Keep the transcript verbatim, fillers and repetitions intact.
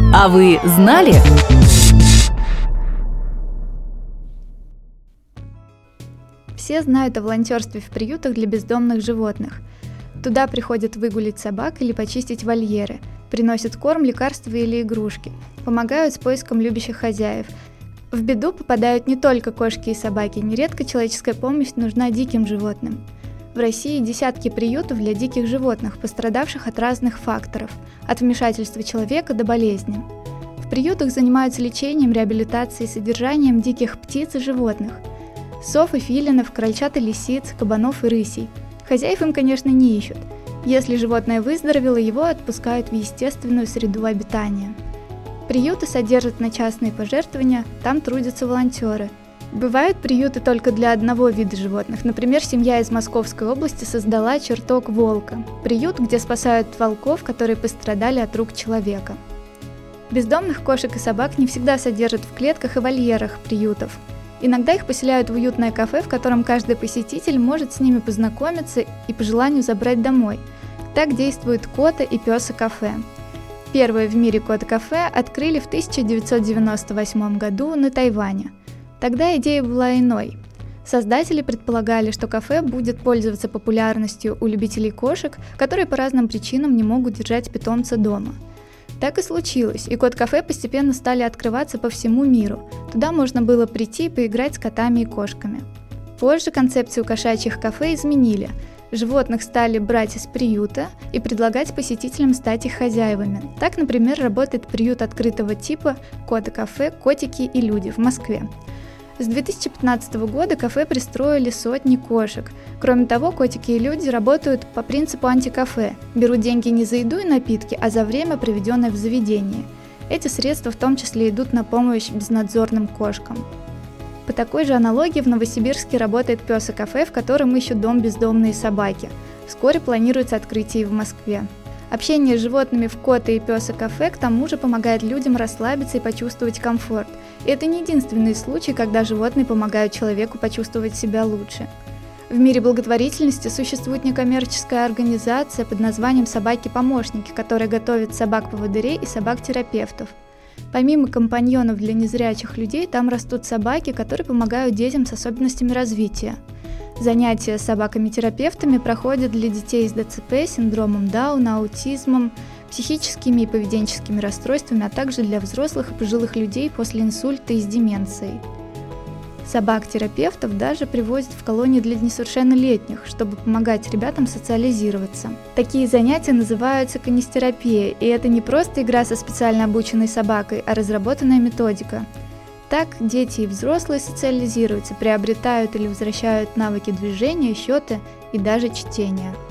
А вы знали? Все знают о волонтерстве в приютах для бездомных животных. Туда приходят выгулить собак или почистить вольеры, приносят корм, лекарства или игрушки, помогают с поиском любящих хозяев. В беду попадают не только кошки и собаки, нередко человеческая помощь нужна диким животным. В России десятки приютов для диких животных, пострадавших от разных факторов, от вмешательства человека до болезни. В приютах занимаются лечением, реабилитацией, содержанием диких птиц и животных. Сов и филинов, крольчат и лисиц, кабанов и рысей. Хозяев им, конечно, не ищут. Если животное выздоровело, его отпускают в естественную среду обитания. Приюты содержат на частные пожертвования, там трудятся волонтеры. Бывают приюты только для одного вида животных. Например, семья из Московской области создала чертог волка. Приют, где спасают волков, которые пострадали от рук человека. Бездомных кошек и собак не всегда содержат в клетках и вольерах приютов. Иногда их поселяют в уютное кафе, в котором каждый посетитель может с ними познакомиться и по желанию забрать домой. Так действует Кота и Пёса кафе. Первое в мире Кота-кафе открыли в тысяча девятьсот девяносто восьмом году на Тайване. Тогда идея была иной. Создатели предполагали, что кафе будет пользоваться популярностью у любителей кошек, которые по разным причинам не могут держать питомца дома. Так и случилось, и кот-кафе постепенно стали открываться по всему миру. Туда можно было прийти и поиграть с котами и кошками. Позже концепцию кошачьих кафе изменили. Животных стали брать из приюта и предлагать посетителям стать их хозяевами. Так, например, работает приют открытого типа «Кота-кафе. Котики и люди» в Москве. С две тысячи пятнадцатого года кафе пристроили сотни кошек. Кроме того, котики и люди работают по принципу антикафе. Берут деньги не за еду и напитки, а за время, проведенное в заведении. Эти средства в том числе идут на помощь безнадзорным кошкам. По такой же аналогии в Новосибирске работает Пёса-кафе, в котором ищут дом бездомные собаки. Вскоре планируется открытие и в Москве. Общение с животными в Кота и Пёса-кафе к тому же помогает людям расслабиться и почувствовать комфорт. И это не единственный случай, когда животные помогают человеку почувствовать себя лучше. В мире благотворительности существует некоммерческая организация под названием «Собаки-помощники», которая готовит собак-поводырей и собак-терапевтов. Помимо компаньонов для незрячих людей, там растут собаки, которые помогают детям с особенностями развития. Занятия с собаками-терапевтами проходят для детей с ДЦП, синдромом Дауна, аутизмом, психическими и поведенческими расстройствами, а также для взрослых и пожилых людей после инсульта и с деменцией. Собак-терапевтов даже привозят в колонии для несовершеннолетних, чтобы помогать ребятам социализироваться. Такие занятия называются канистерапией, и это не просто игра со специально обученной собакой, а разработанная методика. Так дети и взрослые социализируются, приобретают или возвращают навыки движения, счета и даже чтения.